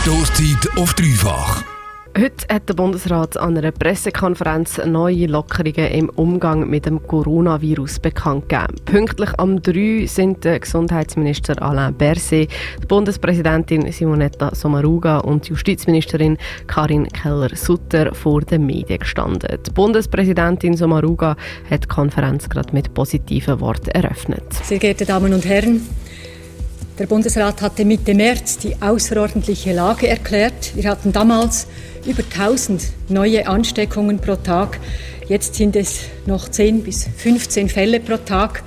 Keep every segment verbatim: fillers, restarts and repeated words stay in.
Stosszeit auf dreifach. Heute hat der Bundesrat an einer Pressekonferenz neue Lockerungen im Umgang mit dem Coronavirus bekannt gegeben. Pünktlich am drei sind der Gesundheitsminister Alain Berset, die Bundespräsidentin Simonetta Sommaruga und die Justizministerin Karin Keller-Sutter vor den Medien gestanden. Die Bundespräsidentin Sommaruga hat die Konferenz gerade mit positiven Worten eröffnet. Sehr geehrte Damen und Herren, der Bundesrat hatte Mitte März die außerordentliche Lage erklärt. Wir hatten damals über tausend neue Ansteckungen pro Tag. Jetzt sind es noch zehn bis fünfzehn Fälle pro Tag.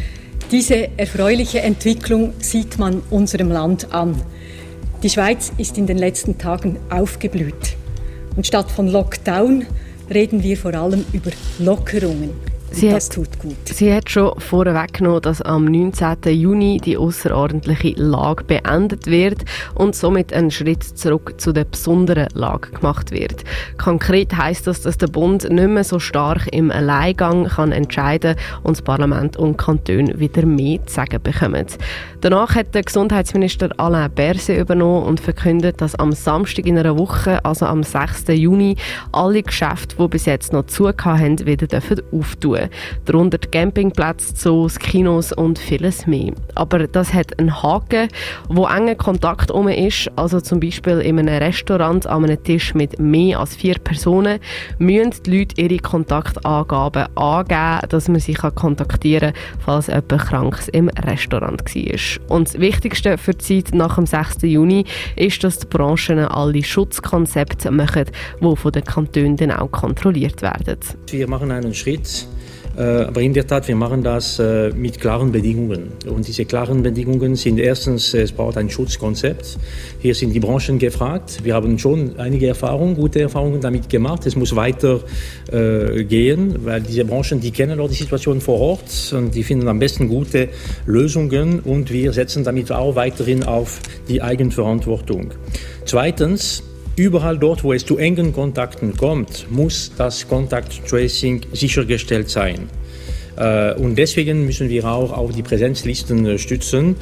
Diese erfreuliche Entwicklung sieht man unserem Land an. Die Schweiz ist in den letzten Tagen aufgeblüht. Und statt von Lockdown reden wir vor allem über Lockerungen. Sie das hat, tut gut. Sie hat schon vorweggenommen, dass am neunzehnten Juni die außerordentliche Lage beendet wird und somit ein Schritt zurück zu der besonderen Lage gemacht wird. Konkret heisst das, dass der Bund nicht mehr so stark im Alleingang kann entscheiden und das Parlament und Kantone wieder mehr zu sagen bekommen. Danach hat der Gesundheitsminister Alain Berset übernommen und verkündet, dass am Samstag in einer Woche, also am sechsten Juni, alle Geschäfte, die bis jetzt noch zugehört haben, wieder auftun dürfen. Darunter die Campingplätze, Zoos, Kinos und vieles mehr. Aber das hat einen Haken, wo enger Kontakt um ist, also zum Beispiel in einem Restaurant an einem Tisch mit mehr als vier Personen, müssen die Leute ihre Kontaktangaben angeben, dass man sie kontaktieren kann, falls jemand Krankes im Restaurant war. Und das Wichtigste für die Zeit nach dem sechsten Juni ist, dass die Branchen alle Schutzkonzepte machen, die von den Kantonen dann auch kontrolliert werden. Wir machen einen Schritt, aber in der Tat, wir machen das mit klaren Bedingungen. Und diese klaren Bedingungen sind erstens, es braucht ein Schutzkonzept. Hier sind die Branchen gefragt. Wir haben schon einige Erfahrungen, gute Erfahrungen damit gemacht. Es muss weiter äh, gehen, weil diese Branchen, die kennen auch die Situation vor Ort und die finden am besten gute Lösungen. Und wir setzen damit auch weiterhin auf die Eigenverantwortung. Zweitens, überall dort, wo es zu engen Kontakten kommt, muss das Contact Tracing sichergestellt sein. Und deswegen müssen wir auch auf die Präsenzlisten stützen,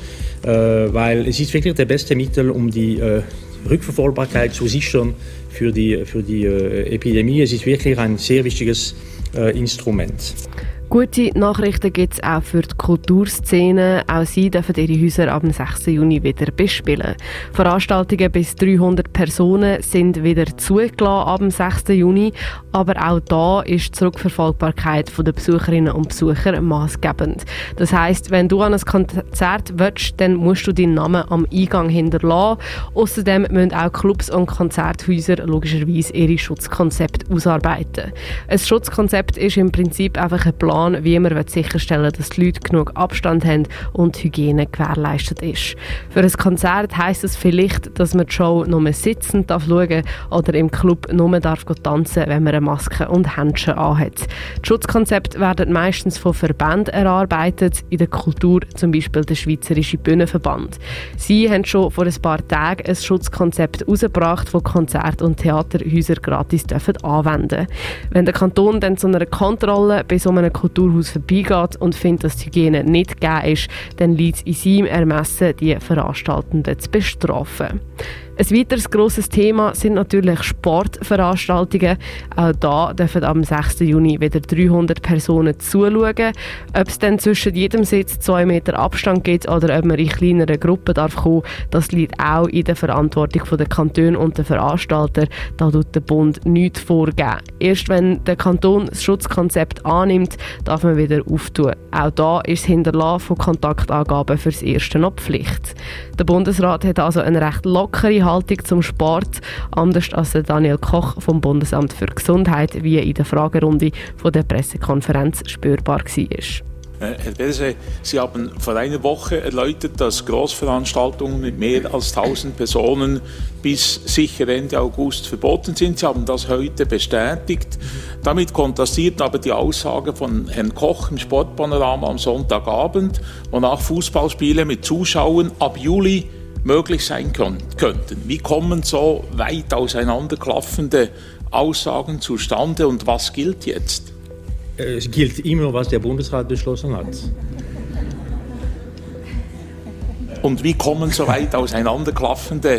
weil es ist wirklich das beste Mittel, um die Rückverfolgbarkeit zu sichern für die, für die Epidemie. Es ist wirklich ein sehr wichtiges Instrument. Gute Nachrichten gibt es auch für die Kulturszene. Auch sie dürfen ihre Häuser ab dem sechsten Juni wieder bespielen. Veranstaltungen bis dreihundert Personen sind wieder zugelassen ab dem sechsten Juni. Aber auch da ist die Zurückverfolgbarkeit der Besucherinnen und Besucher maßgebend. Das heisst, wenn du an ein Konzert willst, dann musst du deinen Namen am Eingang hinterlassen. Außerdem müssen auch Clubs und Konzerthäuser logischerweise ihre Schutzkonzepte ausarbeiten. Ein Schutzkonzept ist im Prinzip einfach ein Plan, wie man sicherstellen will, dass die Leute genug Abstand haben und die Hygiene gewährleistet ist. Für ein Konzert heisst es vielleicht, dass man die Show nur sitzend schauen darf oder im Club nur darf tanzen, wenn man eine Maske und Handschuhe anhat. Die Schutzkonzepte werden meistens von Verbänden erarbeitet, in der Kultur zum Beispiel der Schweizerische Bühnenverband. Sie haben schon vor ein paar Tagen ein Schutzkonzept herausgebracht, das Konzert- und Theaterhäuser gratis anwenden dürfen. Wenn der Kanton dann zu einer Kontrolle bei so einem Kulturhaus vorbeigeht und findet, dass die Hygiene nicht gegeben ist, dann liegt es in seinem Ermessen, die Veranstaltenden zu bestrafen. Ein weiteres grosses Thema sind natürlich Sportveranstaltungen. Auch da dürfen am sechsten Juni wieder dreihundert Personen zuschauen. Ob es dann zwischen jedem Sitz zwei Meter Abstand gibt oder ob man in kleineren Gruppen darf kommen, das liegt auch in der Verantwortung der Kantone und der Veranstalter. Da tut der Bund nichts vorgeben. Erst wenn der Kanton das Schutzkonzept annimmt, darf man wieder auftun. Auch da ist das Hinterlassen von Kontaktangaben für das Erste noch Pflicht. Der Bundesrat hat also eine recht lockere Haltung zum Sport, anders als Daniel Koch vom Bundesamt für Gesundheit, wie in der Fragerunde von der Pressekonferenz spürbar war. Herr Berset, Sie haben vor einer Woche erläutert, dass Großveranstaltungen mit mehr als tausend Personen bis sicher Ende August verboten sind. Sie haben das heute bestätigt. Damit kontrastiert aber die Aussage von Herrn Koch im Sportpanorama am Sonntagabend, wonach Fußballspiele mit Zuschauern ab Juli möglich sein könnten. Wie kommen so weit auseinanderklaffende Aussagen zustande und was gilt jetzt? Es gilt immer, was der Bundesrat beschlossen hat. Und wie kommen so weit auseinanderklaffende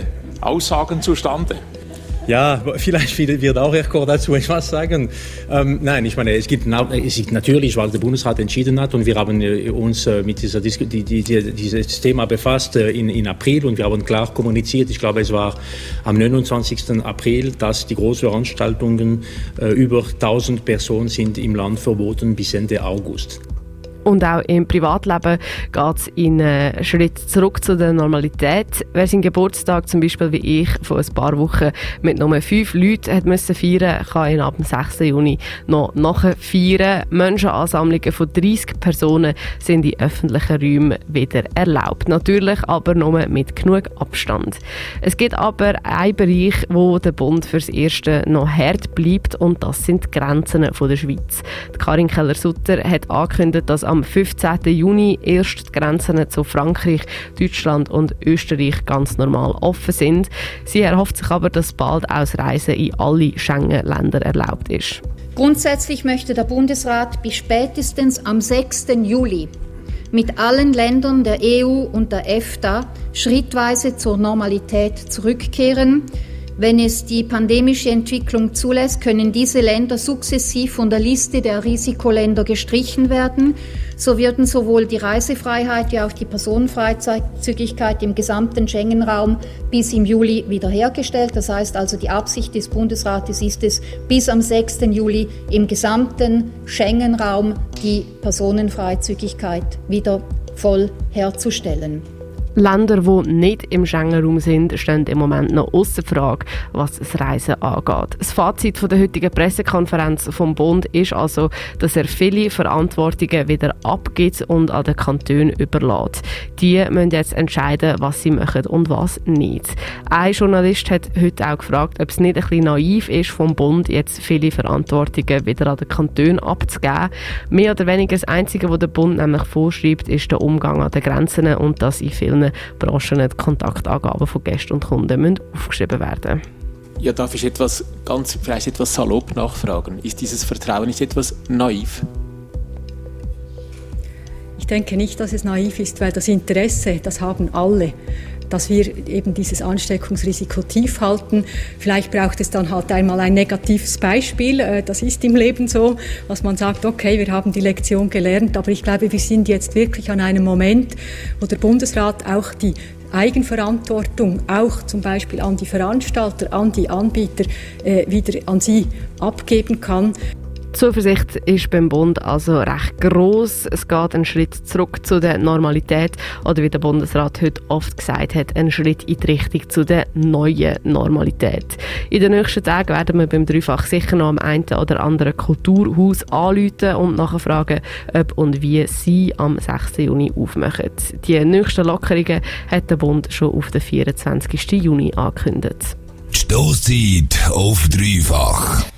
Aussagen zustande? Ja, vielleicht wird auch Herr Koch dazu etwas sagen. Ähm, nein, ich meine, es gibt, es gibt natürlich, weil der Bundesrat entschieden hat und wir haben uns mit dieser, die, die, die, dieses Thema befasst in, in April und wir haben klar kommuniziert, ich glaube, es war am neunundzwanzigsten April, dass die Großveranstaltungen äh, über tausend Personen sind im Land verboten bis Ende August. Und auch im Privatleben geht es in einen Schritt zurück zu der Normalität. Wer seinen Geburtstag zum Beispiel wie ich vor ein paar Wochen mit nur fünf Leuten hat müssen feiern, kann ihn ab dem sechsten Juni noch nachher feiern. Menschenansammlungen von dreissig Personen sind in öffentlichen Räumen wieder erlaubt. Natürlich aber nur mit genug Abstand. Es gibt aber einen Bereich, wo der Bund fürs Erste noch hart bleibt und das sind die Grenzen von der Schweiz. Die Karin Keller-Sutter hat angekündigt, dass am fünfzehnten Juni erst die Grenzen zu Frankreich, Deutschland und Österreich ganz normal offen sind. Sie erhofft sich aber, dass bald Ausreisen in alle Schengen-Länder erlaubt ist. Grundsätzlich möchte der Bundesrat bis spätestens am sechsten Juli mit allen Ländern der E U und der EFTA schrittweise zur Normalität zurückkehren. Wenn es die pandemische Entwicklung zulässt, können diese Länder sukzessiv von der Liste der Risikoländer gestrichen werden. So würden sowohl die Reisefreiheit wie auch die Personenfreizügigkeit im gesamten Schengen-Raum bis im Juli wiederhergestellt. Das heißt also, die Absicht des Bundesrates ist es, bis am sechsten Juli im gesamten Schengen-Raum die Personenfreizügigkeit wieder voll herzustellen. Länder, die nicht im Schengen-Raum sind, stehen im Moment noch ausser Frage, was das Reisen angeht. Das Fazit von der heutigen Pressekonferenz vom Bund ist also, dass er viele Verantwortungen wieder abgibt und an den Kantonen überlässt. Die müssen jetzt entscheiden, was sie machen und was nicht. Ein Journalist hat heute auch gefragt, ob es nicht ein bisschen naiv ist, vom Bund jetzt viele Verantwortungen wieder an den Kantonen abzugeben. Mehr oder weniger das Einzige, was der Bund nämlich vorschreibt, ist der Umgang an den Grenzen und dass in vielen Branchen die Kontaktangaben von Gästen und Kunden müssen aufgeschrieben werden. Ja, darf ich etwas ganz, vielleicht etwas salopp nachfragen? Ist dieses Vertrauen nicht etwas naiv? Ich denke nicht, dass es naiv ist, weil das Interesse, das haben alle, dass wir eben dieses Ansteckungsrisiko tief halten. Vielleicht braucht es dann halt einmal ein negatives Beispiel. Das ist im Leben so, dass man sagt, okay, wir haben die Lektion gelernt, aber ich glaube, wir sind jetzt wirklich an einem Moment, wo der Bundesrat auch die Eigenverantwortung auch zum Beispiel an die Veranstalter, an die Anbieter äh, wieder an sie abgeben kann. Die Zuversicht ist beim Bund also recht gross. Es geht einen Schritt zurück zu der Normalität oder wie der Bundesrat heute oft gesagt hat, einen Schritt in die Richtung zu der neuen Normalität. In den nächsten Tagen werden wir beim Dreifach sicher noch am einen oder anderen Kulturhaus anrufen und nachfragen, ob und wie sie am sechsten Juni aufmachen. Die nächsten Lockerungen hat der Bund schon auf den vierundzwanzigsten Juni angekündigt. Stosszeit auf Dreifach.